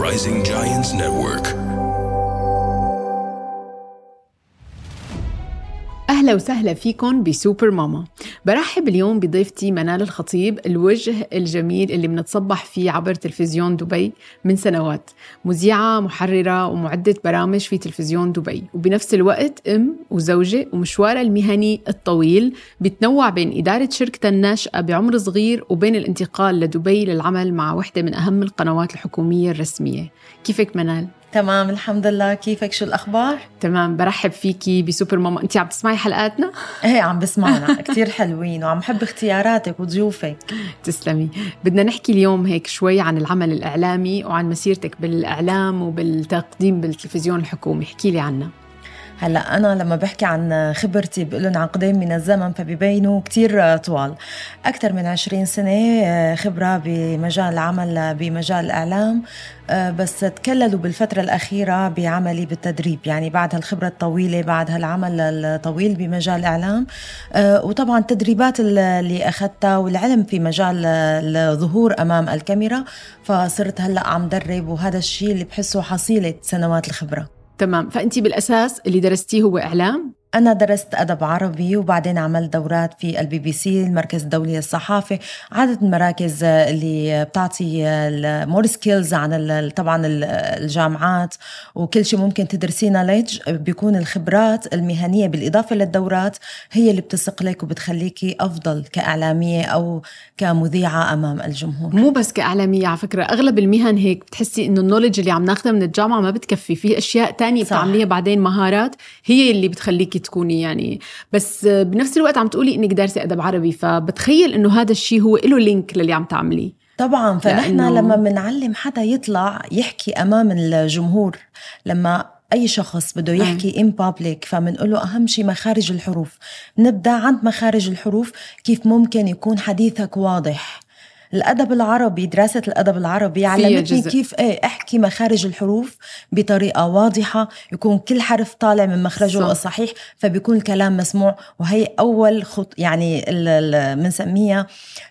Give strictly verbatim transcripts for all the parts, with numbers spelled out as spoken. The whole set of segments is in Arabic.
Rising Giants Network. أهلا وسهلا فيكم بسوبر ماما. برحب اليوم بضيفتي منال الخطيب، الوجه الجميل اللي بنتصبح فيه عبر تلفزيون دبي من سنوات، مذيعة محررة ومعدة برامج في تلفزيون دبي، وبنفس الوقت أم وزوجة، ومشوارها المهني الطويل بتنوع بين إدارة شركة الناشئة بعمر صغير وبين الانتقال لدبي للعمل مع واحدة من أهم القنوات الحكومية الرسمية. كيفك منال؟ تمام الحمد لله. كيفك؟ شو الأخبار؟ تمام. برحب فيكي بسوبر ماما. أنتي عم تسمعي حلقاتنا؟ ايه عم بسمعنا. كتير حلوين وعم حب اختياراتك وضيوفك. تسلمي. بدنا نحكي اليوم هيك شوي عن العمل الإعلامي وعن مسيرتك بالإعلام وبالتقديم بالتلفزيون الحكومي. احكي لي عنها. هلأ أنا لما بحكي عن خبرتي بقولن عن قديم من الزمن فبيبينوا كتير طوال. أكثر من عشرين سنة خبرة بمجال العمل بمجال الإعلام، بس تكللوا بالفترة الأخيرة بعملي بالتدريب، يعني بعد هالخبرة الطويلة بعد هالعمل الطويل بمجال الإعلام، وطبعا التدريبات اللي أخذتها والعلم في مجال الظهور أمام الكاميرا، فصرت هلأ عم درب، وهذا الشيء اللي بحسه حصيلة سنوات الخبرة. تمام. فأنتي بالأساس اللي درستيه هو إعلام؟ أنا درست أدب عربي وبعدين عملت دورات في البي بي سي، المركز الدولي للصحافة، عدد المراكز اللي بتعطي مور سكيلز عن طبعا الجامعات وكل شيء ممكن تدرسيه نوليدج. بيكون الخبرات المهنية بالإضافة للدورات هي اللي بتسقلك وبتخليكي أفضل كإعلامية أو كمذيعة أمام الجمهور. مو بس كإعلامية، على فكرة أغلب المهن هيك بتحسي إنه النوليدج اللي عم ناخدها من الجامعة ما بتكفي، في أشياء تانية بتعمليها بعدين، مهارات هي اللي بتخليكي تكوني يعني. بس بنفس الوقت عم تقولي إنك دارسة أدب عربي، فبتخيل إنه هذا الشيء هو إله لينك للي عم تعمليه. طبعا. فنحن لأنه... لما منعلم حدا يطلع يحكي أمام الجمهور، لما أي شخص بده يحكي in public فمنقول له أهم شيء مخارج الحروف. نبدأ عند مخارج الحروف، كيف ممكن يكون حديثك واضح. الأدب العربي، دراسة الأدب العربي علمتني كيف ايه احكي مخارج الحروف بطريقة واضحة، يكون كل حرف طالع من مخرجه صح. الصحيح، فبيكون الكلام مسموع. وهي أول خط يعني بنسميها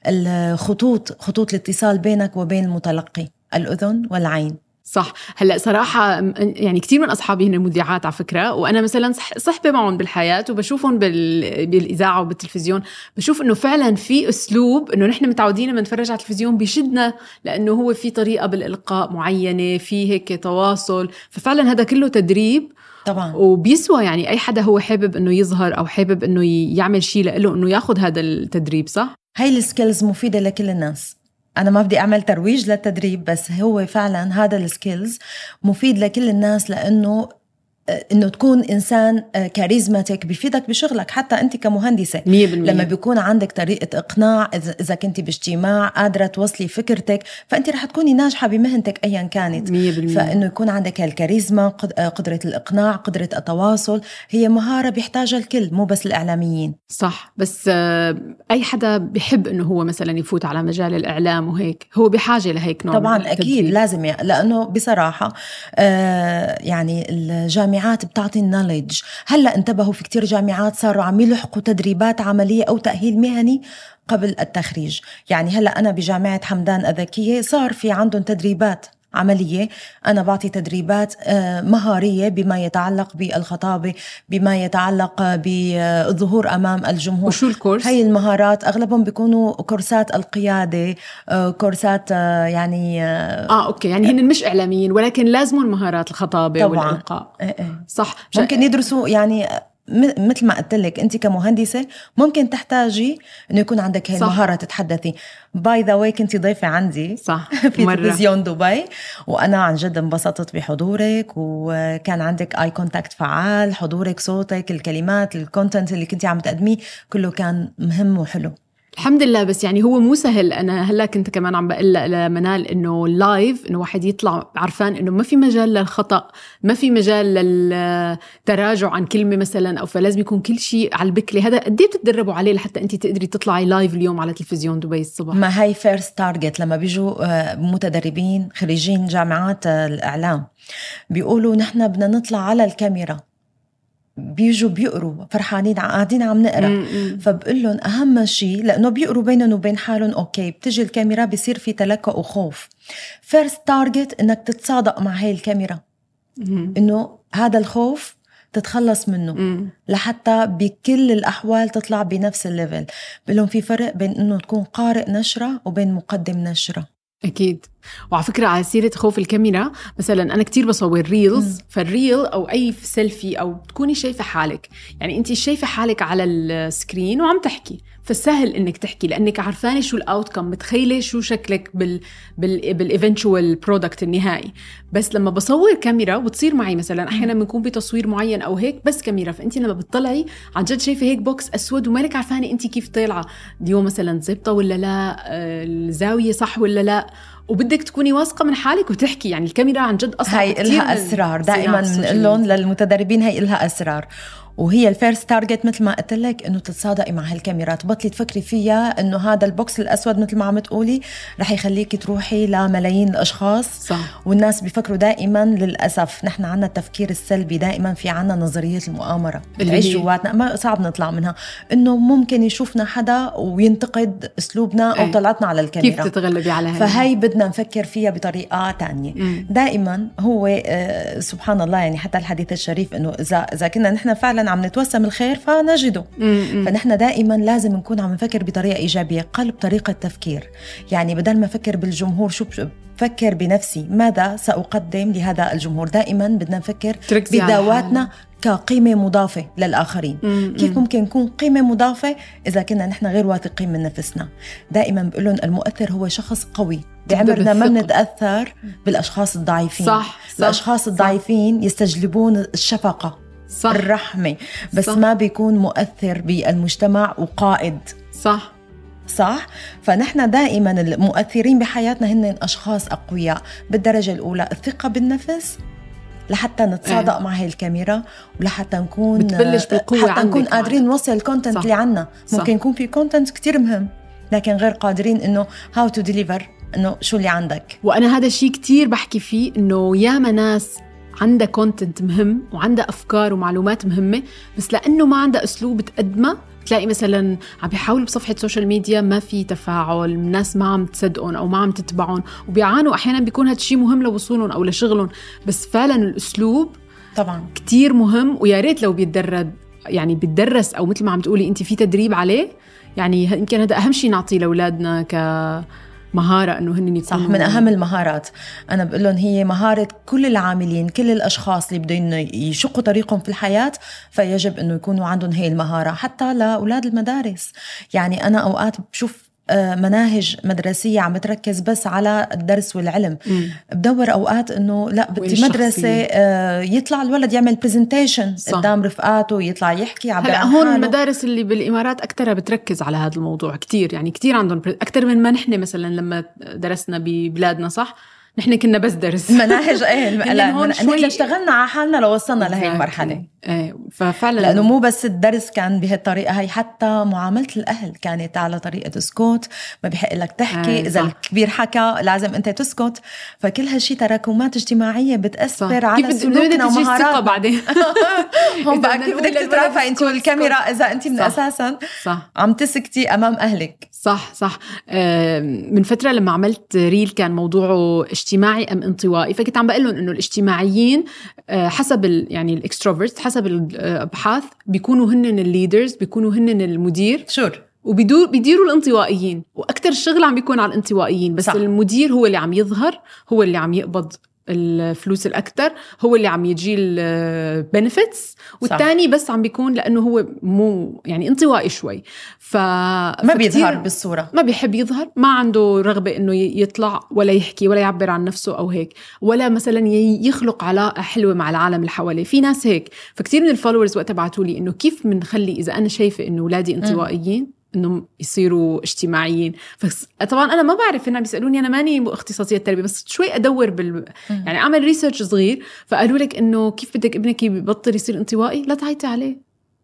الخطوط، خطوط الاتصال بينك وبين المتلقي، الأذن والعين. صح. هلأ صراحة يعني كتير من أصحابي هن المذيعات على فكرة، وأنا مثلا صحبة معهم بالحياة وبشوفهم بالإذاعة وبالتلفزيون، بشوف إنه فعلا في أسلوب إنه نحن متعودين من نتفرج على التلفزيون بيشدنا، لأنه هو في طريقة بالإلقاء معينة، في هيك تواصل، ففعلا هذا كله تدريب طبعا وبيسوى. يعني أي حدا هو حابب إنه يظهر أو حابب إنه يعمل شيء لإله إنه ياخد هذا التدريب. صح. هاي السكيلز مفيدة لكل الناس. أنا ما بدي أعمل ترويج للتدريب، بس هو فعلا هذا السكيلز مفيد لكل الناس، لأنه إنه تكون إنسان كاريزماتيك بيفيدك بشغلك. حتى أنت كمهندسة مية بالمية لما بيكون عندك طريقة إقناع، إذا كنت باجتماع قادرة توصلي فكرتك، فأنت رح تكوني ناجحة بمهنتك أيا كانت. مية بالمية. فإنه يكون عندك الكاريزما، قدرة الإقناع، قدرة التواصل، هي مهارة بيحتاجها الكل، مو بس الإعلاميين. صح. بس أي حدا بيحب إنه هو مثلا يفوت على مجال الإعلام وهيك، هو بحاجة لهيك نوع. طبعا أكيد لازم، لأنه بصراحة آه يعني الجامعة جامعات بتعطي النوليدج. هلأ انتبهوا، في كتير جامعات صاروا عم يلحقوا تدريبات عملية أو تأهيل مهني قبل التخريج. يعني هلأ أنا بجامعة حمدان أذكية صار في عندهم تدريبات عملية، أنا بعطي تدريبات مهارية بما يتعلق بالخطابة، بما يتعلق بالظهور أمام الجمهور. وشو الكورس؟ هاي المهارات أغلبهم بيكونوا كورسات القيادة، كورسات يعني آه أوكي، يعني هن مش إعلاميين ولكن لازموا مهارات الخطابة طبعاً. والإلقاء. إيه إيه. صح. ممكن يدرسوا يعني مثل ما قلت لك، أنت كمهندسة ممكن تحتاجي إنه يكون عندك هاي المهارة تتحدثي. باي ذا واي كنتي ضيفة عندي صح في تلفزيون دبي، وأنا عن جد انبسطت بحضورك، وكان عندك آي كونتاكت فعال، حضورك، صوتك، الكلمات، الكونتنت اللي كنتي عم تقدميه كله كان مهم وحلو. الحمد لله. بس يعني هو مو سهل. أنا هلا كنت كمان عم بقول لمنال إنه لايف، إنه واحد يطلع عرفان إنه ما في مجال للخطأ، ما في مجال للتراجع عن كلمة مثلا، أو فلازم يكون كل شيء على البكلة. هذا قد ايه بتتدربوا عليه لحتى أنت تقدري تطلعي لايف اليوم على تلفزيون دبي الصبح؟ ما هاي فيرست تارجت. لما بيجوا متدربين خريجين جامعات الإعلام بيقولوا نحن بدنا نطلع على الكاميرا، بيجوا بيقروا فرحانين قاعدين عم نقرأ، فبقول لهم أهم شيء لأنه بيقروا بينهم وبين حالهم أوكي، بتجي الكاميرا بيصير في تلكؤ وخوف. first target إنك تتصادق مع هاي الكاميرا، إنه هذا الخوف تتخلص منه مم. لحتى بكل الأحوال تطلع بنفس الليفل. بقول لهم في فرق بين إنه تكون قارئ نشرة وبين مقدم نشرة. أكيد. وعلى فكرة على سيرة خوف الكاميرا، مثلا أنا كتير بصور ريلز مم. فالريل أو أي سيلفي أو تكوني شايفة حالك، يعني أنت شايفة حالك على السكرين وعم تحكي، فسهل إنك تحكي لأنك عارفاني شو الأوتكم، متخيلة شو شكلك بال بال بالإيفنتشوال برودكت النهائي. بس لما بصور كاميرا وتصير معي مثلا أحيانا بنكون بتصوير معين أو هيك بس كاميرا، فأنت لما بتطلعي عن جد شايفة هيك بوكس أسود ومالك عارفاني أنت كيف طالعة اليوم، مثلا زبطة ولا لا، الزاوية صح ولا لا، وبدك تكوني واثقة من حالك وتحكي. يعني الكاميرا عن جد أصلا هاي إلها أسرار، دائما بنقول لهم للمتدربين هاي إلها أسرار. وهي الفيرست تارجت مثل ما قلت لك انه تتصادقي مع هالكاميرا، تبطلي تفكري فيها انه هذا البوكس الاسود مثل ما عم تقولي رح يخليكي تروحي لملايين الاشخاص. صح. والناس بيفكروا دائما، للاسف نحن عنا التفكير السلبي، دائما في عنا نظريه المؤامره بتعيش جواتنا، ما صعب نطلع منها، انه ممكن يشوفنا حدا وينتقد اسلوبنا او طلعتنا على الكاميرا، كيف تتغلبي على هاي؟ فهي بدنا نفكر فيها بطريقه تانية. م. دائما هو آه سبحان الله، يعني حتى الحديث الشريف انه اذا اذا كنا نحن فعلا عم نتوسم الخير فنجده. م-م. فنحن دائما لازم نكون عم نفكر بطريقة إيجابية، قلب طريقة تفكير. يعني بدل ما أفكر بالجمهور شو بفكر بنفسي، ماذا سأقدم لهذا الجمهور. دائما بدنا نفكر بذواتنا كقيمة مضافة للآخرين. م-م. كيف ممكن نكون قيمة مضافة إذا كنا نحن غير واثقين من نفسنا؟ دائما بقولون المؤثر هو شخص قوي، بعمرنا ما بنتأثر بالأشخاص الضعيفين. صح. صح. الأشخاص الضعيفين صح. يستجلبون الشفقة، صح. الرحمة، بس صح. ما بيكون مؤثر بالمجتمع وقائد. صح صح. فنحن دائما المؤثرين بحياتنا هن أشخاص أقوياء. بالدرجة الأولى الثقة بالنفس، لحتى نتصادق اه. مع هاي الكاميرا، ولحتى نكون بتبلش بالقوة، حتى نكون قادرين نوصل الكونتنت اللي عنا. ممكن يكون في كونتنت كتير مهم لكن غير قادرين إنه how to deliver، إنه شو اللي عندك. وأنا هذا الشيء كتير بحكي فيه، إنه ياما ناس عندها كونتنت مهم وعندها أفكار ومعلومات مهمة، بس لأنه ما عندها أسلوب تقدمها، تلاقي مثلا عم بيحاولوا بصفحة سوشيال ميديا ما في تفاعل، الناس ما عم تصدقون أو ما عم تتبعون، وبيعانوا أحيانا بيكون هذا الشيء مهم لوصولهم أو لشغلهم. بس فعلا الأسلوب طبعا كتير مهم، ويا ريت لو بيتدرب، يعني بيتدرس، أو مثل ما عم تقولي أنت في تدريب عليه. يعني يمكن هذا أهم شيء نعطيه لأولادنا ك مهارة، أنه هن صح، من أهم المهارات. أنا بقول لهم هي مهارة كل العاملين، كل الأشخاص اللي بدهم يشقوا طريقهم في الحياة، فيجب أنه يكونوا عندهم هي المهارة. حتى لأولاد المدارس، يعني أنا أوقات بشوف مناهج مدرسية عم بتركز بس على الدرس والعلم. م. بدور أوقات إنه لا، بدي مدرسة يطلع الولد يعمل بريزنتيشن قدام رفقاته، يطلع يحكي عبر عن هون المدارس اللي بالإمارات أكترها بتركز على هذا الموضوع كتير، يعني كتير عندهم أكتر من ما نحن مثلا لما درسنا ببلادنا. صح، نحن كنا بس درس مناهج ايه نحن اشتغلنا على حالنا لو وصلنا لهي المرحله. ايه ففعلا لانه مو بس الدرس كان بهالطريقه هي، حتى معامله الاهل كانت على طريقه اسكت، ما بيحق لك تحكي. ايه اذا الكبير حكى لازم انت تسكت. فكل هالشي تراكمات اجتماعيه بتاثر صح. على سلوكنا ومهاراتنا بعدين. هم بقى كيف بدك تترافعي انت والكاميرا اذا انت من صح. اساسا صح. عم تسكتي امام اهلك. صح صح. من فتره لما عملت ريل كان موضوعه اجتماعي أم انطوائي، فكنت عم بقول لهم إنه الاجتماعيين حسب ال يعني الإكستروفرت حسب الأبحاث بيكونوا هن الليدرز، بيكونوا هن المدير شور، وبيدور بيديروا الانطوائيين، وأكتر الشغل عم بيكون على الانطوائيين. بس صح. المدير هو اللي عم يظهر، هو اللي عم يقبض الفلوس الأكتر، هو اللي عم يجي البنفيتس، والتاني بس عم بيكون لأنه هو مو يعني انطوائي شوي، فما بيظهر بالصورة، ما بيحب يظهر، ما عنده رغبة إنه يطلع ولا يحكي ولا يعبر عن نفسه أو هيك، ولا مثلا يخلق علاقة حلوة مع العالم اللي حواليه. في ناس هيك. فكتير من الفولورز وقت بعتولي إنه كيف منخلي إذا أنا شايفة إنه أولادي انطوائيين إنهم يصيروا اجتماعيين. فطبعا أنا ما بعرف، إنهم بيسألوني، أنا ماني اختصاصية تربية، بس شوي أدور بال يعني أعمل ريسيرش صغير، فقالوا لك إنه كيف بدك ابنك يبطل يصير انطوائي؟ لا تعيطي عليه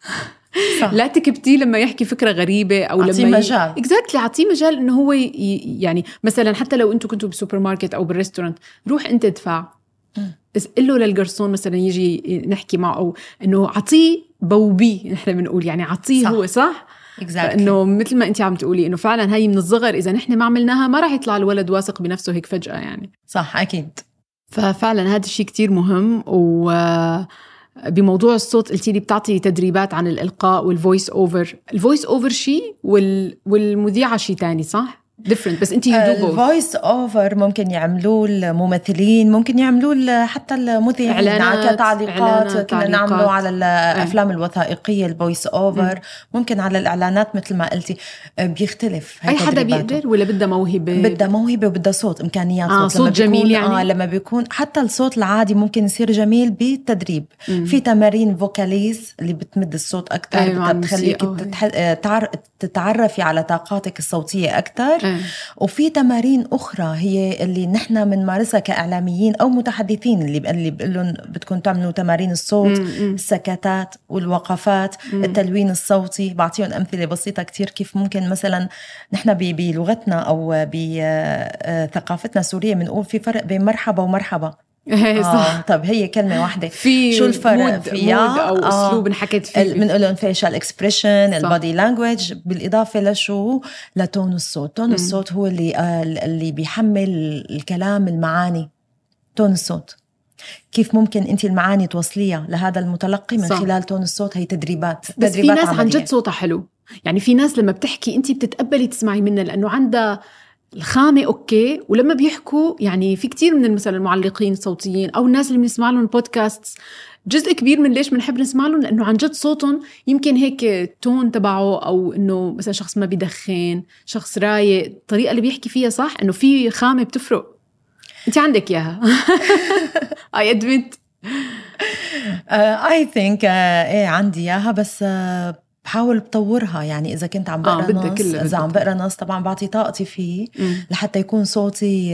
صح. لا تكبتيه لما يحكي فكرة غريبة، أو لما مجال exactly عطيه مجال إنه هو ي... يعني مثلا حتى لو أنتوا كنتوا بالسوبر ماركت أو بالريستورانت، روح أنت ادفع، قل له للجرسون مثلا يجي نحكي معه، أو إنه عطيه بوبي نحن بنقول يعني عطيه هو صح. exactly. إنه مثل ما أنت عم تقولي إنه فعلا هاي من الصغر إذا نحن ما عملناها ما راح يطلع الولد واثق بنفسه هيك فجأة يعني. صح أكيد. ففعلا هذا الشيء كتير مهم. وبموضوع الصوت قلتي لي بتعطي تدريبات عن الإلقاء والفويس أوفر. الفويس أوفر شيء وال... والمذيعة شيء تاني صح؟ different بس انتي يدوبوا الفويس اوفر ممكن يعملوه الممثلين، ممكن يعملوه حتى المذيعين كتعليقات. كنا نعمله على الافلام اه. الوثائقيه الفويس اوفر، ممكن على الاعلانات مثل ما قلتي. بيختلف اي حدا بيقدر ولا بدها موهبه؟ بدها موهبه وبدها صوت، امكانيات آه صوت. صوت جميل يعني. اه لما بيكون حتى الصوت العادي ممكن يصير جميل بالتدريب. مم. في تمارين فوكاليز اللي بتمد الصوت اكثر، أيوة بتخليك تتح... تعر... تتعرفي على طاقاتك الصوتيه اكثر. أه. وفي تمارين أخرى هي اللي نحن بنمارسها كإعلاميين أو متحدثين، اللي اللي بقولن بدكم تعملوا تمارين الصوت، م- م. السكتات والوقفات، م. التلوين الصوتي. بعطيهم أمثلة بسيطة كتير كيف ممكن مثلا نحن بلغتنا أو بثقافتنا السورية بنقول في فرق بين مرحبا ومرحبا. آه، طب هي كلمة واحدة، في شو الفرق فيها أو آه أسلوب نحكت فيه؟ بنقولهم facial expression، البودي لانجويج، بالإضافة لشو لتون الصوت. تون م. الصوت هو اللي آه اللي بيحمل الكلام المعاني. تون الصوت كيف ممكن أنت المعاني توصليها لهذا المتلقي من صح. خلال تون الصوت. هي تدريبات. بس تدريبات في ناس عن جد صوتها حلو يعني. في ناس لما بتحكي أنت بتتقبلي تسمعي منها لأنه عندها الخامة أوكي، ولما بيحكوا يعني في كتير من مثلا المعلقين الصوتيين أو الناس اللي بنسمع لهم بودكاست، جزء كبير من ليش بنحب نسمع لهم لأنه عن جد صوتهم يمكن هيك تون تبعه، أو إنه مثلا شخص ما بيدخن، شخص رايق، الطريقة اللي بيحكي فيها صح، إنه في خامة بتفرق. أنت عندك إياها. I admit. uh, I think uh, إيه عندي إياها، بس uh, بحاول بطورها يعني. إذا كنت عم بقرأ آه نص، إذا عم بقرأ نص طبعا بعطي طاقتي فيه م. لحتى يكون صوتي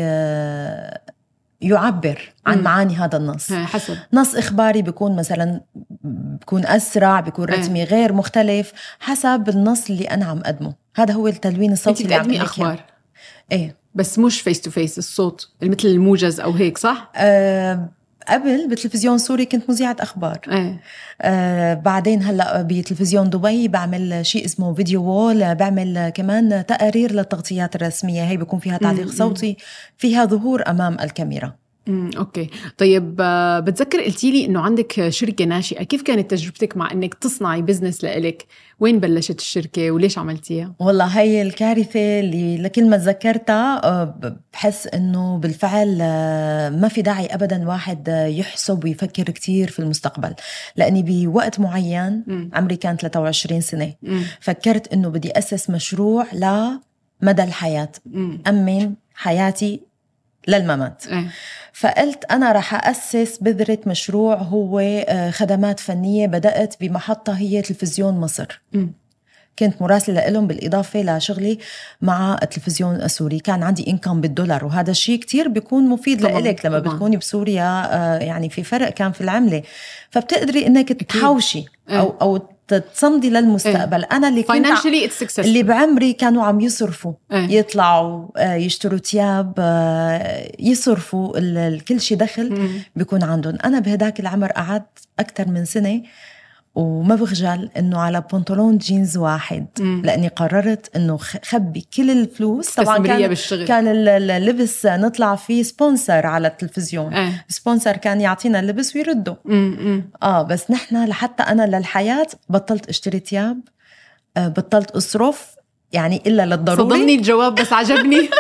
يعبر عن م. معاني هذا النص. حسب نص إخباري بيكون مثلا بيكون أسرع، بيكون رتمي غير مختلف حسب النص اللي أنا عم أقدمه. هذا هو التلوين الصوتي اللي عم أقدمي أخبار. إيه بس مش فيس تو فيس الصوت مثل الموجز أو هيك صح؟ أه قبل بالتلفزيون السوري كنت مذيعة أخبار. أيه. آه بعدين هلأ بتلفزيون دبي بعمل شيء اسمه فيديو وول، بعمل كمان تقارير للتغطيات الرسمية. هي بيكون فيها تعليق م- صوتي، فيها ظهور أمام الكاميرا. امم اوكي. طيب بتذكر قلتي لي انه عندك شركه ناشئه، كيف كانت تجربتك مع انك تصنعي بزنس لإلك؟ وين بلشت الشركه وليش عملتيها؟ والله هي الكارثه اللي لكل ما تذكرتها بحس انه بالفعل ما في داعي ابدا واحد يحسب ويفكر كتير في المستقبل، لاني بوقت معين م. عمري كان ثلاثة وعشرين سنه م. فكرت انه بدي اسس مشروع لمدى الحياه، م. امن حياتي للممات. اه. فقلت أنا رح أسس بذرة مشروع هو خدمات فنية. بدأت بمحطة هي تلفزيون مصر. م. كنت مراسلة لهم بالإضافة لشغلي مع التلفزيون السوري. كان عندي إنكم بالدولار، وهذا الشيء كتير بيكون مفيد لإلك لما طبعاً. بتكوني بسوريا يعني في فرق كان في العملة، فبتقدري إنك تحوشي أو, أو تصمدي للمستقبل. ايه. أنا اللي كنت ع... اللي بعمري كانوا عم يصرفوا، ايه. يطلعوا يشتروا تياب، يصرفوا كل شيء دخل م. بيكون عندهم. أنا بهداك العمر قعدت أكتر من سنة وما بخجل إنه على بنطلون جينز واحد م. لأني قررت إنه خبي كل الفلوس. طبعا كان, كان اللبس نطلع فيه سبونسر على التلفزيون، اه. سبونسر كان يعطينا اللبس ويرده. م. م. آه بس نحن لحتى أنا للحياة بطلت اشتري تياب، آه بطلت أصرف يعني إلا للضروري. صدمني الجواب بس عجبني.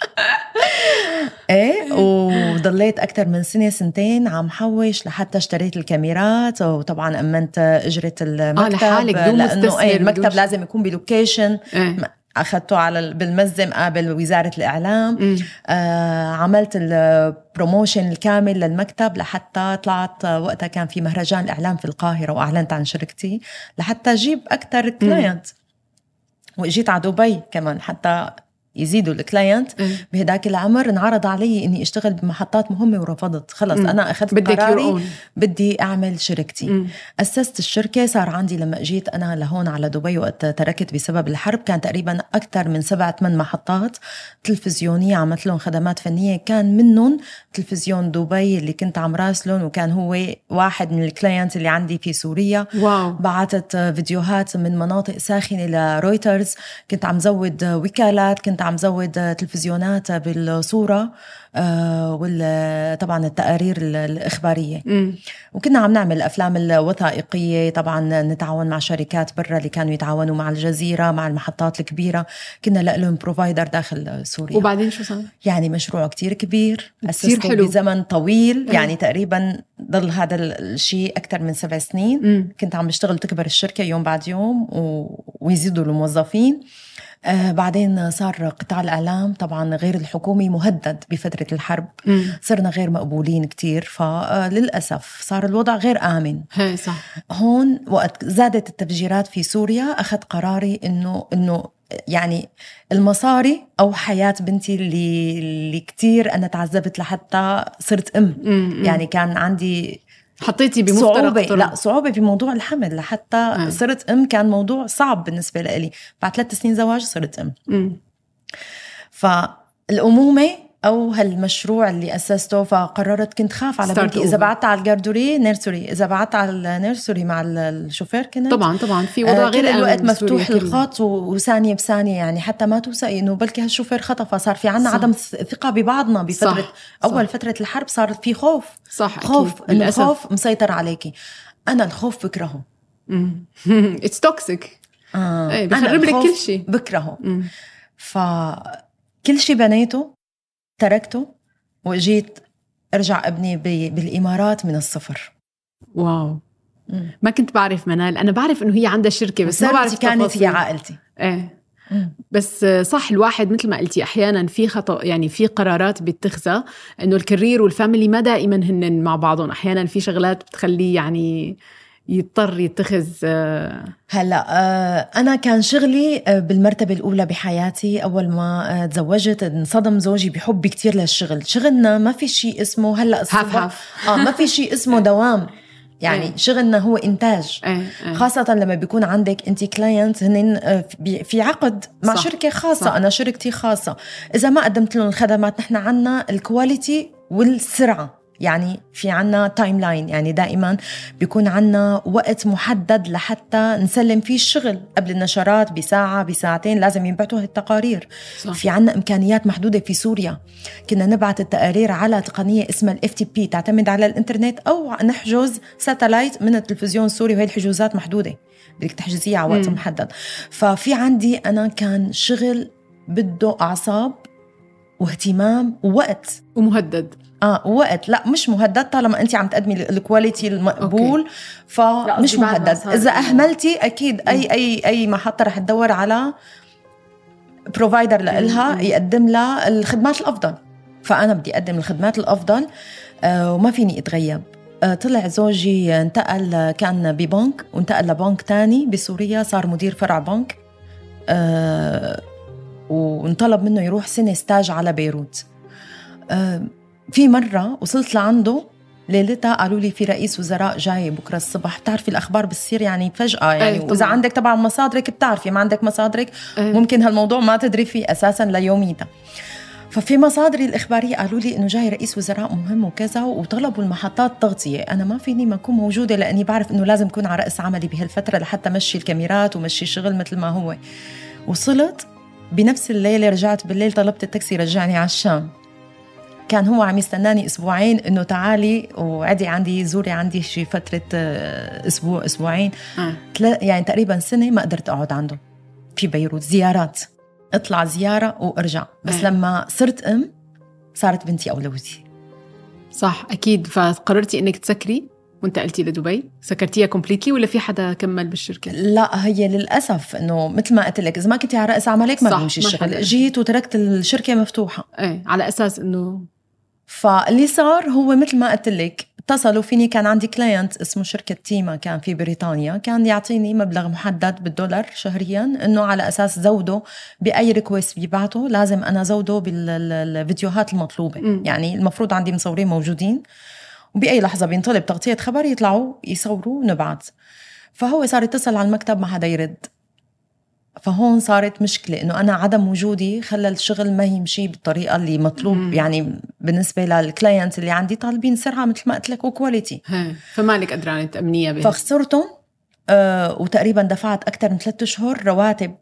ايه وضليت اكتر من سنه سنتين عم حوش لحتى اشتريت الكاميرات، وطبعا امنت اجره المكتب آه لانه ايه المكتب لازم يكون بلوكيشن. إيه. اخذته على بالمزم قابل وزاره الاعلام. آه عملت البروموشن الكامل للمكتب لحتى طلعت وقتها كان في مهرجان الاعلام في القاهره واعلنت عن شركتي لحتى اجيب اكتر كلاينت. واجيت على دبي كمان حتى يزيدوا الكلاينت بهداك العمر انعرض علي اني اشتغل بمحطات مهمه ورفضت. خلص م. انا اخذت قراري بدي اعمل شركتي. م. اسست الشركه. صار عندي لما اجيت انا لهون على دبي وقت تركت بسبب الحرب كان تقريبا اكثر من سبعة ثمان محطات تلفزيونيه عملت لهم خدمات فنيه. كان منهم تلفزيون دبي اللي كنت عم راسلهم وكان هو واحد من الكلاينت اللي عندي في سوريا. واو. بعثت فيديوهات من مناطق ساخنه لرويترز. كنت عم زود وكالات. كنت عم زود تلفزيونات بالصورة آه وطبعا التقارير الإخبارية. م. وكنا عم نعمل أفلام الوثائقية. طبعا نتعاون مع شركات برا اللي كانوا يتعاونوا مع الجزيرة مع المحطات الكبيرة. كنا لهم بروفايدر داخل سوريا. وبعدين شو صار؟ يعني مشروع كتير كبير كتير حلو بزمن طويل. م. يعني تقريبا ضل هذا الشيء أكثر من سبع سنين. م. كنت عم بشتغل تكبر الشركة يوم بعد يوم و... ويزيدوا الموظفين. آه بعدين صار قطاع الإعلام طبعا غير الحكومي مهدد بفترة الحرب. م. صرنا غير مقبولين كتير. فللأسف صار الوضع غير آمن. هي صح. هون وقت زادت التفجيرات في سوريا أخذت قراري إنه إنه يعني المصاري أو حياة بنتي اللي اللي كتير أنا تعذبت لحتى صرت أم. م. يعني كان عندي حطيتي بمفترق صعوبة. لا صعوبة في موضوع الحمل لحتى آه. صرت أم. كان موضوع صعب بالنسبة لي. بعد ثلاث سنين زواج صرت أم. م. فالأمومة أو هالمشروع اللي أسسته فقررت كنت خاف على بنتي إذا بعدت على الجاردوري نيرسوري إذا بعدت على النيرسوري مع الشوفير كنا طبعا طبعا في وضع آه غير كل الوقت مفتوح الخط وثانية بثانية يعني حتى ما توثقي إنه بلكي هالشوفير خطفه. صار في عنا صح. عدم ثقة ببعضنا بفترة صح. أول صح. فترة الحرب صار في خوف. صح. خوف إنه الخوف مسيطر عليكي. أنا الخوف بكرهه. it's toxic. آه. ايه بخرب لك كل شيء بكرهه. فكل شيء بنيته تركته وجيت أرجع أبني بالإمارات من الصفر. واو. مم. ما كنت بعرف منال. أنا بعرف إنه هي عندها شركة بس ما بعرف كانت هي عائلتي. إيه. بس صح الواحد مثل ما قلتي أحيانا في خطأ يعني في قرارات بيتخذها إنه الكارير والفاميلي ما دائما هن مع بعضهم. أحيانا في شغلات بتخليه يعني يضطر يتخذ. هلا أنا كان شغلي بالمرتبة الأولى بحياتي. أول ما تزوجت انصدم زوجي بحبي كتير للشغل. شغلنا ما في شيء اسمه هلا الصبح آه ما في شيء اسمه دوام. يعني أي. شغلنا هو إنتاج. أي. أي. خاصة لما بيكون عندك أنت كلاينت هنن في عقد مع صح. شركة خاصة. صح. أنا شركتي خاصة. إذا ما قدمت لهم الخدمات نحن عنا الكواليتي والسرعة. يعني في عنا تايم لاين. يعني دائما بيكون عنا وقت محدد لحتى نسلم فيه الشغل. قبل النشرات بساعة بساعتين لازم ينبعتوا هالتقارير. صح. في عنا إمكانيات محدودة في سوريا. كنا نبعت التقارير على تقنية اسمها ال إف تي بي تعتمد على الإنترنت أو نحجز ساتلايت من التلفزيون السوري وهي الحجوزات محدودة بدك تحجزيها على وقت م. محدد. ففي عندي أنا كان شغل بده أعصاب واهتمام ووقت ومهدد. اه وقت لا مش مهدد طالما انت عم تقدمي الكواليتي المقبول. فمش مهدد. اذا اهملتي اكيد م. اي اي اي محطه رح تدور على بروفايدر لها يقدم لها الخدمات الافضل. فانا بدي اقدم الخدمات الافضل آه وما فيني اتغيب. آه طلع زوجي انتقل كان ببنك وانتقل لبنك تاني بسوريا. صار مدير فرع بنك آه وانطلب منه يروح سنة ستاج على بيروت. آه في مرة وصلت لعنده ليلتها قالوا لي في رئيس وزراء جاي بكرة الصبح. بتعرفي الأخبار بتصير يعني فجأة يعني. وإذا عندك طبعا مصادرك بتعرفي ما عندك مصادرك أيه. ممكن هالموضوع ما تدري فيه أساسا ليوميتها. ففي مصادري الإخبارية قالوا لي إنه جاي رئيس وزراء مهم وكذا وطلبوا المحطات تغطية. أنا ما فيني ما أكون موجودة لأني بعرف إنه لازم أكون على رأس عملي بهالفترة لحتى مشي الكاميرات ومشي الشغل مثل ما هو. وصلت بنفس الليلة رجعت بالليل طلبت التاكسي رجعني على الشام. كان هو عم يستناني أسبوعين إنه تعالي وعدي عندي زوري عندي شي فترة أسبوع أسبوعين آه. يعني تقريبا سنة ما قدرت أقعد عنده في بيروت. زيارات اطلع زيارة وارجع. بس آه. لما صرت أم صارت بنتي أولويتي. صح أكيد. فقررتي إنك تسكري وانتقلتي لدبي. سكرتيها كومبليتلي ولا في حدا كمل بالشركة؟ لا هي للأسف إنه مثل ما قلت لك إذا ما كنتي على رأس عملك ما بيمشي الشغل. جيت وتركت الشركة مفتوحة ايه على أساس إنه فاللي صار هو مثل ما قلت لك اتصلوا فيني. كان عندي كلاينت اسمه شركة تيما كان في بريطانيا، كان يعطيني مبلغ محدد بالدولار شهريا، انه على اساس زوده باي ريكويست بيبعته لازم انا زوده بالفيديوهات المطلوبة. م. يعني المفروض عندي مصورين موجودين، وبأي لحظة بينطلب تغطية خبر يطلعوا يصوروا ونبعت. فهو صار يتصل على المكتب ما حدا يرد. فهون صارت مشكلة إنه أنا عدم وجودي خلى الشغل ما يمشي بالطريقة اللي مطلوب. مم. يعني بالنسبة للكلاينت اللي عندي طالبين سرعة مثل ما قلت لك وكواليتي، فما لك قدرانة تأمنية بهم. فخسرتهم. آه وتقريبا دفعت أكتر من ثلاثة أشهر رواتب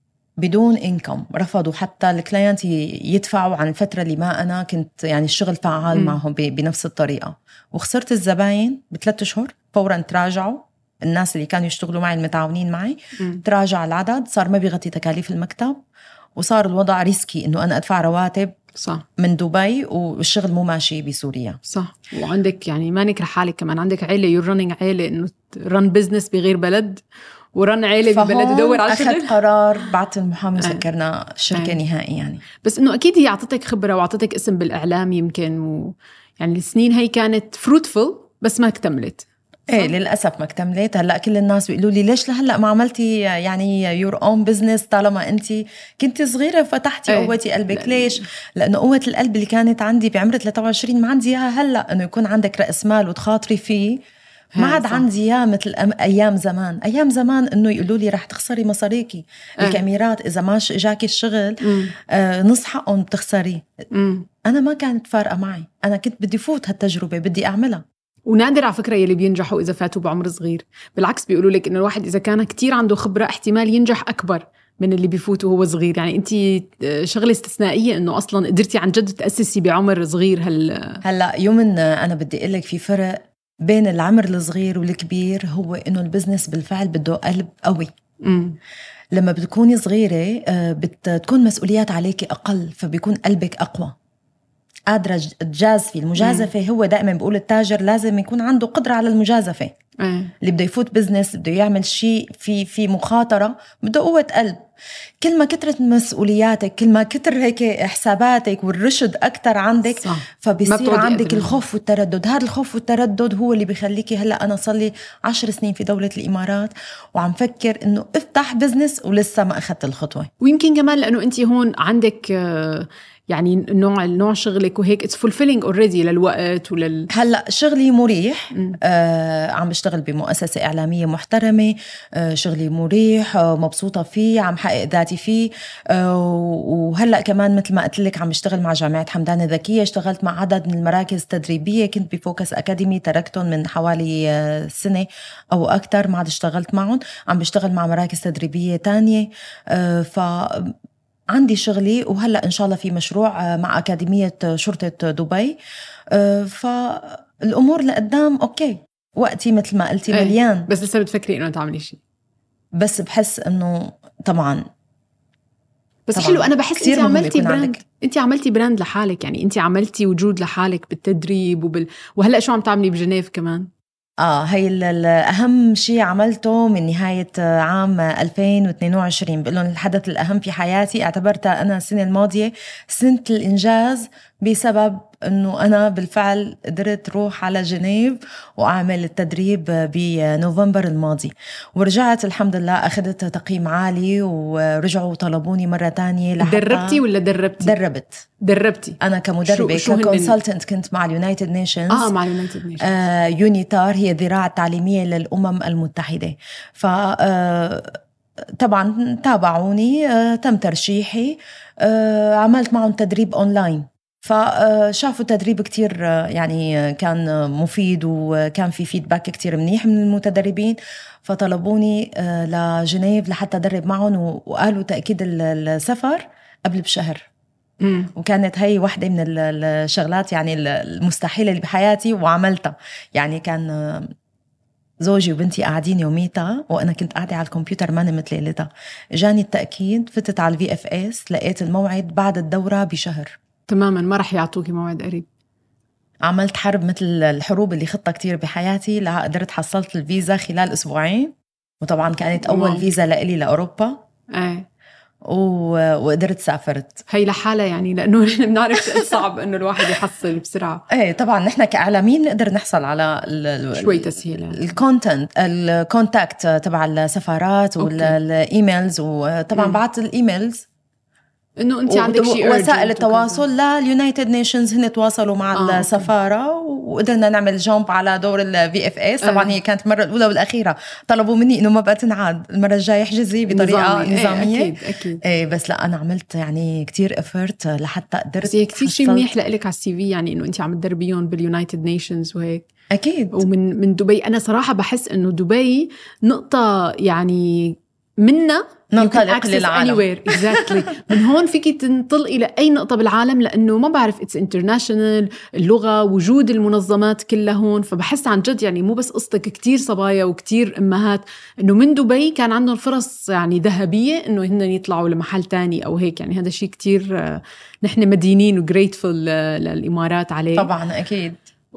بدون إنكم. رفضوا حتى الكلاينت يدفعوا عن الفترة اللي ما أنا كنت يعني الشغل فعال. مم. معهم بنفس الطريقة. وخسرت الزباين بثلاثة أشهر. فورا تراجعوا الناس اللي كانوا يشتغلوا معي المتعاونين معي. م. تراجع العدد، صار ما بيغطي تكاليف المكتب، وصار الوضع ريسكي إنه أنا أدفع رواتب صح من دبي والشغل مو ماشي بسوريا. صح. وعندك يعني مانك لحالك كمان، عندك عيلة، يور رننج عيلة، إنه رن بزنس بغير بلد ورن عيلة ببلد يدور على شغل. أخذ قرار بعت المحامي وسكرنا الشركة نهائي يعني. بس إنه أكيد هي عطتك خبرة وعطتك اسم بالإعلام يمكن، و يعني السنين هي كانت فروتفul بس ما اكتملت. ايه للأسف ما اكتملت. هلأ كل الناس بيقولوا لي ليش لهلأ ما عملتي يعني يور اون بزنس طالما انتي كنتي صغيرة فتحتي ايه. قوتي قلبك. لا. ليش؟ لأنه قوة القلب اللي كانت عندي بعمر ثلاثة وعشرين ما عندي اياها هلأ، انه يكون عندك رأس مال وتخاطري فيه. ما عاد عندي اياه مثل ايام زمان. ايام زمان انه يقولوا لي رح تخسري مصاريكي. ايه. الكاميرات اذا ما اجاكي الشغل آه نص حقهم بتخسري. مم. انا ما كانت فارقة معي، انا كنت بدي فوت هالتجربة بدي اعملها. ونادر على فكرة يلي بينجحوا إذا فاتوا بعمر صغير. بالعكس بيقولوا لك إنه الواحد إذا كان كتير عنده خبرة احتمال ينجح أكبر من اللي بيفوتوا وهو صغير. يعني أنتي شغلة استثنائية إنه أصلاً قدرتي عن جد تأسسي بعمر صغير. هل هلأ يومن أنا بدي أقول لك في فرق بين العمر الصغير والكبير، هو إنه البزنس بالفعل بده قلب قوي. م. لما بتكوني صغيرة بتكون مسؤوليات عليك أقل، فبيكون قلبك أقوى، قادرة تجازفي. المجازفة مم. هو دائما بقول التاجر لازم يكون عنده قدرة على المجازفة. مم. اللي بده يفوت بزنس بده يعمل شيء في في مخاطرة بده قوة قلب. كل ما كترت مسؤولياتك، كل ما كتر هيك حساباتك والرشد أكتر عندك، صح. فبيصير عندك أدري. الخوف والتردد. هذا الخوف والتردد هو اللي بيخليكي. هلأ أنا صلي عشر سنين في دولة الإمارات وعم فكر إنه افتح بزنس ولسه ما أخذت الخطوة. ويمكن كمان لأنه أنتي هون عندك يعني نوع النوع شغلك وهيك it's fulfilling already للوقت ولل. هلا شغلي مريح. آه عم بشتغل بمؤسسة إعلامية محترمة. آه شغلي مريح. آه مبسوطة فيه، عم حقق ذاتي فيه. آه وهلا كمان مثل ما قلت لك عم بشتغل مع جامعة حمدان الذكية. اشتغلت مع عدد من المراكز التدريبية. كنت بفوكس أكاديمي تركتهم من حوالي آه سنة أو أكتر، ما عاد اشتغلت معهم. عم بشتغل مع مراكز تدريبية تانية. آه ف عندي شغلي. وهلأ إن شاء الله في مشروع مع أكاديمية شرطة دبي. فالأمور لقدام أوكي. وقتي مثل ما قلتي مليان. بس لسه بتفكري إنه تعملي شيء؟ بس بحس إنه طبعا بس طبعاً حلو. أنا بحس أنت عملتي براند. أنت عملتي براند لحالك، يعني أنت عملتي وجود لحالك بالتدريب وبال... وهلأ شو عم تعملي بجنيف كمان؟ آه هاي الأهم شيء عملته من نهاية عام ألفين واثنين وعشرين. بقول لهم الحدث الأهم في حياتي اعتبرتها أنا السنة الماضية سنة الإنجاز، بسبب أنه أنا بالفعل قدرت روح على جنيف وأعمل التدريب بنوفمبر الماضي. ورجعت الحمد لله أخذت تقييم عالي، ورجعوا طلبوني مرة تانية. دربتي ولا دربتي؟ دربت دربتي أنا كمدربة ككونسلتنت. كنت مع اليونايتد نيشنز. آه مع اليونايتد نيشنز. آه يونيتار هي الذراع التعليمية للأمم المتحدة. ف آه طبعا تابعوني. آه تم ترشيحي. آه عملت معهم تدريب أونلاين. فشافوا تدريب كتير يعني كان مفيد، وكان في فيدباك كتير منيح من المتدربين. فطلبوني لجنيف لحتى أدرب معهم، وقالوا تأكيد السفر قبل بشهر. مم. وكانت هي واحدة من الشغلات يعني المستحيلة اللي بحياتي وعملتها. يعني كان زوجي وبنتي قاعدين يوميتها وأنا كنت قاعدة على الكمبيوتر ما نمت ليلتها. جاني التأكيد، فتت على الفي اف اس لقيت الموعد بعد الدورة بشهر تماما. ما رح يعطوكي موعد قريب. عملت حرب مثل الحروب اللي خطة كتير بحياتي لها قدرت حصلت الفيزا خلال أسبوعين. وطبعا كانت أول واو. فيزا لإلي لأوروبا. ايه. وقدرت سافرت. هي لحالة يعني، لأنه نحن بنعرف صعب إنه الواحد يحصل بسرعة. إيه طبعا نحن كإعلاميين نقدر نحصل على شوي تسهيل الكونتنت الكونتاكت تبع السفارات والإيميلز، وطبعا بعت الإيميلز إنه أنت عندك شيء وسائل التواصل لليونايتد نيشنز، هن تواصلوا مع آه السفارة وقدرنا نعمل جامب على دور الفي اف اس. طبعا آه. هي كانت المرة الأولى والأخيرة، طلبوا مني إنه ما بقى تنعاد المرة الجاية احجزي بطريقة نظامي. نظامية. إيه أكيد أكيد. إيه بس لا أنا عملت يعني كتير افرت لحتى قدرت. بس هي كتير شيء منيح لك على السي في، يعني إنه أنت عم تدربيهم باليونايتد نيشنز وهيك. أكيد. ومن من دبي أنا صراحة بحس إنه دبي نقطة يعني منا ننطلق للعالم. exactly. من هون فيك تنطلق إلى أي نقطة بالعالم، لأنه ما بعرف it's international، اللغة، وجود المنظمات كلها هون. فبحس عن جد يعني مو بس قصتك، كتير صبايا وكتير أمهات إنه من دبي كان عندهم فرص يعني ذهبية إنه هن يطلعوا لمحل تاني أو هيك. يعني هذا شيء كتير نحن مدينين وغريتفul للإمارات عليه. طبعا أكيد.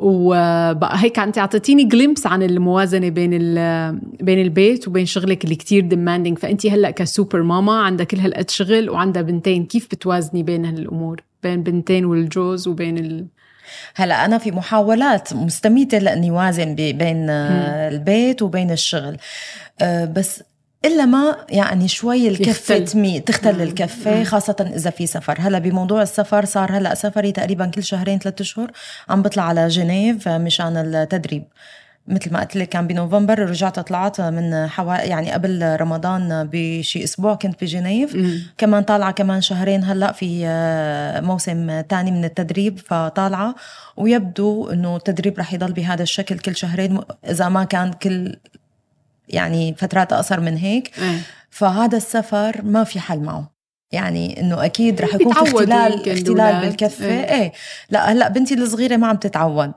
وبقى هيك أنت عطيتيني جليمس عن الموازنة بين بين البيت وبين شغلك اللي كتير demanding. فأنت هلأ كسوبر ماما عندها كل هالقد شغل وعندها بنتين، كيف بتوازني بين هالأمور، بين بنتين والجوز وبين ال... هلأ أنا في محاولات مستميتة لأني وازن بين البيت وبين الشغل، بس إلا ما يعني شوي الكفة تمي تختل مم. الكفة، خاصة إذا في سفر. هلا بموضوع السفر صار هلا سفري تقريبا كل شهرين ثلاثة أشهر عم بطلع على جنيف مشان التدريب. مثل ما قلت لك كان بنوفمبر، رجعت طلعت من حوالي يعني قبل رمضان بشي أسبوع كنت بجنيف. مم. كمان طالعة كمان شهرين هلا في موسم تاني من التدريب فطالعة، ويبدو إنه التدريب رح يضل بهذا الشكل كل شهرين إذا ما كان كل يعني فترات أقصر من هيك. اه. فهذا السفر ما في حل معه، يعني إنه أكيد رح يكون في اختلال اختلال بالكفة. اه. ايه لا هلأ بنتي الصغيرة ما عم تتعود.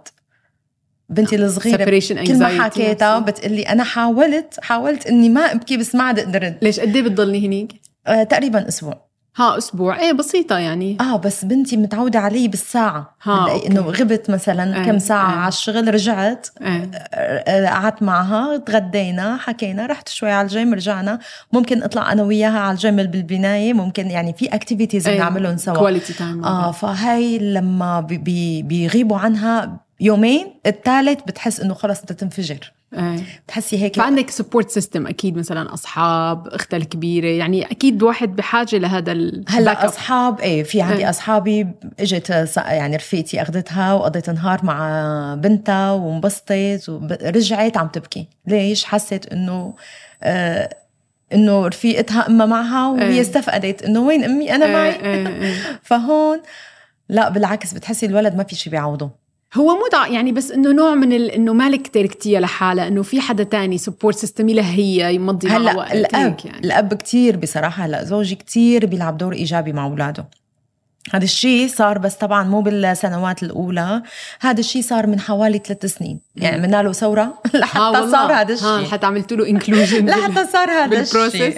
بنتي الصغيرة كل ما حكيتها بتقلي أنا حاولت حاولت إني ما أبكي بس ما عاد قدرت. ليش قد ايه بتضلني هنيك؟ آه تقريبا أسبوع. ها أسبوع ايه بسيطة يعني. آه بس بنتي متعودة علي بالساعة، إنه غبت مثلا اه. كم ساعة اه. على الشغل، رجعت اه. قعدت معها تغدينا حكينا، رحت شوي على الجيم رجعنا، ممكن أطلع أنا وياها على الجيم بالبناية، ممكن يعني في اكتيفيتيز اه. بنعملهم سوا آه فهاي لما بي بي بيغيبوا عنها يومين الثالث بتحس إنه خلاص أنت تنفجر. أي. تحسي هيك. فعندك سبورت سيستم أكيد، مثلا أصحاب، أختها الكبيرة، يعني أكيد واحد بحاجة لهذا ال هلا أصحاب إيه في عندي أي. أصحابي إجت يعني رفيقتي أخذتها وقضيت نهار مع بنتها وانبسطت ورجعت عم تبكي. ليش؟ حسيت إنه آه إنه رفيقتها أما معها وهي استفقدت إنه وين أمي أنا أي. معي أي. أي. فهون لا بالعكس بتحسي الولد ما في شي بيعوضه. هو مو يعني بس إنه نوع من ال... إنه مالك تركتيها لحالة، إنه في حدا تاني سبورت سيستمي له هي يمضي مع وقت. الأب يعني. الأب كتير بصراحة، لا زوجي كتير بيلعب دور إيجابي مع أولاده. هذا الشيء صار بس طبعا مو بالسنوات الأولى، هذا الشيء صار من حوالي ثلاث سنين يعني منا له ثورة لحتى آه صار هذا الشيء، لحتى عملتوا له انكلوجن لحتى صار هذا الشيء.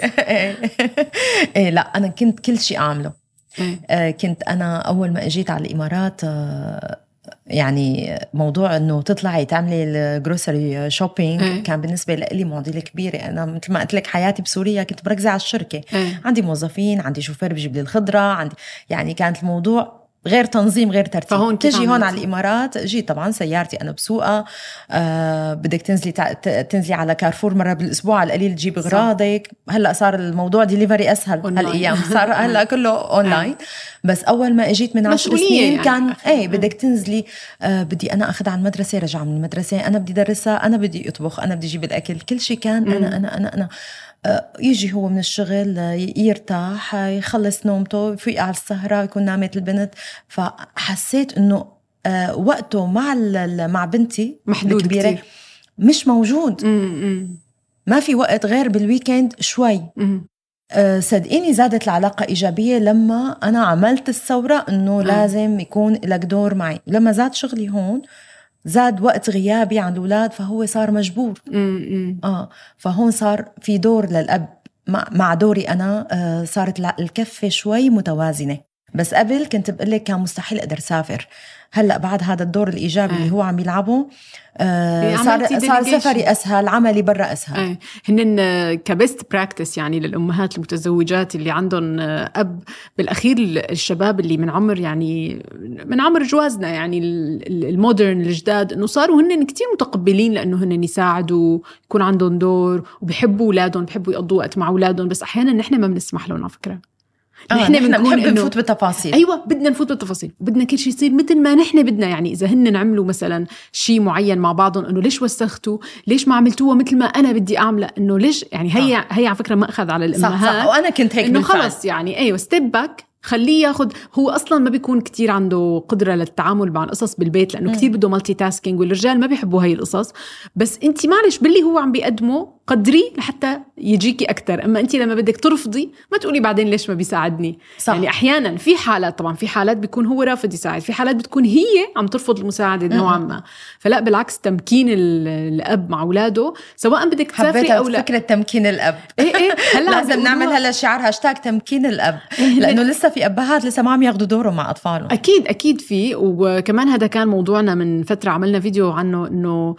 إيه لا أنا كنت كل شيء أعمله. آه كنت أنا أول ما أجيت على الإمارات آه يعني موضوع انه تطلعي تعملي الجروسري شوبينج ايه. كان بالنسبه لي معضله كبيره. انا مثل ما قلت لك حياتي بسوريا كنت بركز على الشركه ايه. عندي موظفين، عندي شوفير بيجيب لي الخضره، عندي يعني كانت الموضوع غير تنظيم غير ترتيب. فهون تجي هون على الإمارات، جيت طبعا سيارتي أنا بسوقها. آه بدك تنزلي تنزلي على كارفور مرة بالأسبوع على القليل تجيب أغراضك. هلأ صار الموضوع ديليفري أسهل هالأيام، صار هلأ كله أونلاين. بس أول ما أجيت من عشر سنين يعني كان إيه بدك تنزلي آه بدي أنا أخذ على المدرسة، رجع من المدرسة أنا بدي درسها، أنا بدي أطبخ، أنا بدي أجيب الأكل، كل شيء كان أنا أنا أنا أنا يجي هو من الشغل يرتاح يخلص نومته يفيق على السهرة يكون نامت البنت. فحسيت إنه وقته مع مع بنتي محدود الكبيرة كتير. مش موجود. م-م. ما في وقت غير بالويكند شوي. أه صدقيني زادت العلاقة إيجابية لما أنا عملت الثورة إنه م. لازم يكون لك دور معي. لما زاد شغلي هون زاد وقت غيابي عن الأولاد، فهو صار مجبور. م-م. آه فهون صار في دور للأب مع, مع دوري أنا. آه صارت الكفة شوي متوازنة. بس قبل كنت بقولك كان مستحيل أقدر سافر. هلأ بعد هذا الدور الإيجابي آه. اللي هو عم يلعبه آه صار, صار سفري أسهل، عملي برا أسهل. آه. هن كبست براكتس يعني للأمهات المتزوجات اللي عندهم أب. بالأخير الشباب اللي من عمر يعني من عمر جوازنا يعني المودرن الجداد إنه صاروا هن كتير متقبلين لأنه هن يساعدوا يكون عندهم دور وبيحبوا أولادهم، بيحبوا يقضوا وقت مع أولادهم. بس أحيانا نحن ما بنسمح لهم على فكرة. نحن آه بنحب نفوت بالتفاصيل. أيوة بدنا نفوت بالتفاصيل، بدنا كل شيء يصير مثل ما نحن بدنا. يعني إذا هن نعملوا مثلا شيء معين مع بعضهم إنه ليش وسختوا، ليش ما عملتوه مثل ما أنا بدي أعمله، إنه ليش يعني هي آه. هي على فكرة ما أخذ على الأمهات. صح صح. وأنا كنت هيك إنه خلص يعني أيوة ستيب باك، خليه ياخد. هو أصلاً ما بيكون كتير عنده قدرة للتعامل مع القصص بالبيت لأنه م. كتير بده مالتي تاسكينج، والرجال ما بيحبوا هاي القصص. بس أنت معلش باللي هو عم بيقدمه قدري لحتى يجيكي أكتر. أما أنت لما بدك ترفضي ما تقولي بعدين ليش ما بيساعدني. صح. يعني أحياناً في حالات، طبعاً في حالات بيكون هو رافض يساعد، في حالات بتكون هي عم ترفض المساعدة نوعاً ما. فلا بالعكس، تمكين الأب مع أولاده سواء بدك تسافري أو لا. فكرة تمكين الأب إيه إيه هلا لازم نعمل هلا شعار هاشتاج تمكين الأب، لأنه لسه في أبهات لسه ما عم ياخدوا دوره مع أطفالهم. أكيد أكيد في. وكمان هذا كان موضوعنا من فترة، عملنا فيديو عنه إنه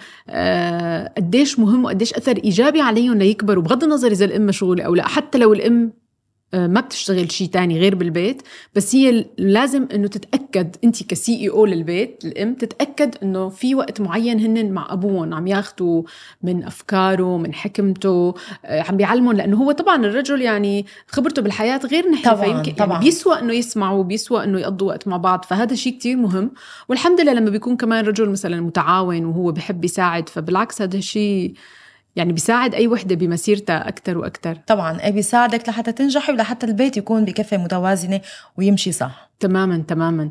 آه قديش مهم وقديش أثر إيجابي عليهم ليكبروا، بغض النظر إذا الأم مشغولة أو لا. حتى لو الأم ما بتشتغل شيء تاني غير بالبيت، بس هي لازم إنه تتأكد أنتي كسي إي أو للبيت الأم تتأكد إنه في وقت معين هن مع أبوهم عم ياخدوا من أفكاره من حكمته، عم بيعلمون. لأنه هو طبعا الرجل يعني خبرته بالحياة غير نحن، فيمكن يعني بيسوى إنه يسمعوا وبيسوى إنه يقضوا وقت مع بعض. فهذا شيء كتير مهم. والحمد لله لما بيكون كمان رجل مثلا متعاون وهو بيحب يساعد، فبالعكس هذا الشيء يعني بيساعد أي وحدة بمسيرتها أكتر وأكتر. طبعاً أي بيساعدك لحتى تنجحي ولحتى البيت يكون بكفة متوازنة ويمشي صح. تماماً تماماً.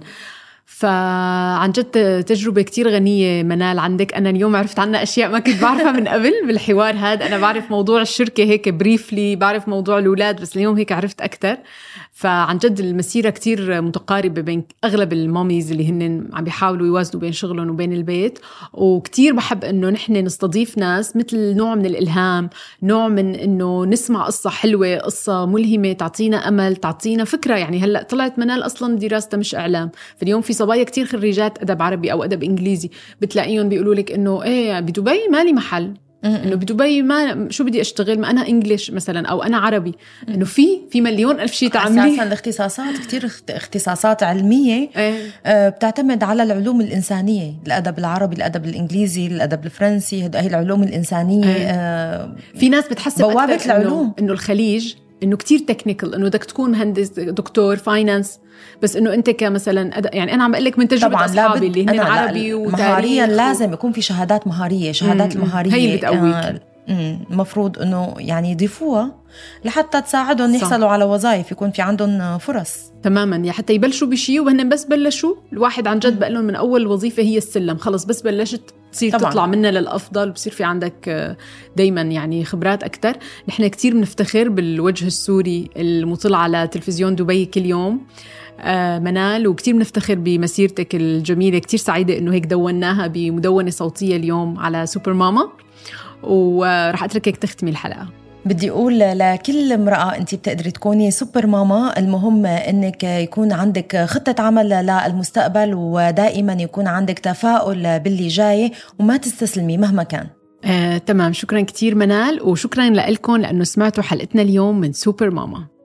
فعن جد تجربة كتير غنية منال عندك. أنا اليوم عرفت عنها أشياء ما كنت بعرفها من قبل بالحوار هذا. أنا بعرف موضوع الشركة هيك بريفلي، بعرف موضوع الأولاد، بس اليوم هيك عرفت أكتر. فعن جد المسيرة كتير متقاربة بين أغلب الماميز اللي هن عم بيحاولوا يوازنوا بين شغلهم وبين البيت. وكتير بحب إنه نحن نستضيف ناس مثل نوع من الإلهام، نوع من إنه نسمع قصة حلوة، قصة ملهمة، تعطينا أمل، تعطينا فكرة. يعني هلأ طلعت منال أصلاً دراستها مش إعلام، فاليوم في صبايا كتير خريجات أدب عربي أو أدب إنجليزي بتلاقيهم بيقولوا لك إنه إيه بدبي مالي محل، إنه بدبي ما شو بدي أشتغل، ما أنا إنجليش مثلا أو أنا عربي. إنه في في مليون ألف شيء تعملي. أساسا الاختصاصات كتير اختصاصات علمية إيه؟ بتعتمد على العلوم الإنسانية، الأدب العربي، الأدب الإنجليزي، الأدب الفرنسي، هي العلوم الإنسانية إيه؟ آه في ناس بتحسب بوابة العلوم إنه الخليج إنه كتير تكنيكال، إنه بدك تكون مهندس دكتور فاينانس، بس إنه أنت كمثلا أد... يعني أنا عم أقول لك من تجربة أصحابي اللي هن عربي وتاريخ. مهاريا لازم يكون في شهادات مهارية، شهادات المهارية هي اللي بتقويك. المفروض إنه يعني يضيفوها لحتى تساعدهم يحصلوا على وظائف، يكون في عندهم فرص. تماما، يا حتى يبلشوا بشيء وهن بس بلشوا. الواحد عن جد بقول لهم من أول وظيفة هي السلم، خلص بس بلشت تصير طبعاً. تطلع منها للأفضل، وبصير في عندك دايما يعني خبرات أكتر. نحن كتير بنفتخر بالوجه السوري المطلع على تلفزيون دبي كل يوم آه منال، وكتير بنفتخر بمسيرتك الجميلة. كتير سعيدة إنه هيك دوناها بمدونة صوتية اليوم على سوبر ماما، ورح أتركك تختمي الحلقة. بدي أقول لكل امرأة أنت بتقدري تكوني سوبر ماما. المهم أنك يكون عندك خطة عمل للمستقبل، ودائما يكون عندك تفاؤل باللي جاي، وما تستسلمي مهما كان. آه، تمام. شكرا كتير منال، وشكرا لكم لأنه سمعتوا حلقتنا اليوم من سوبر ماما.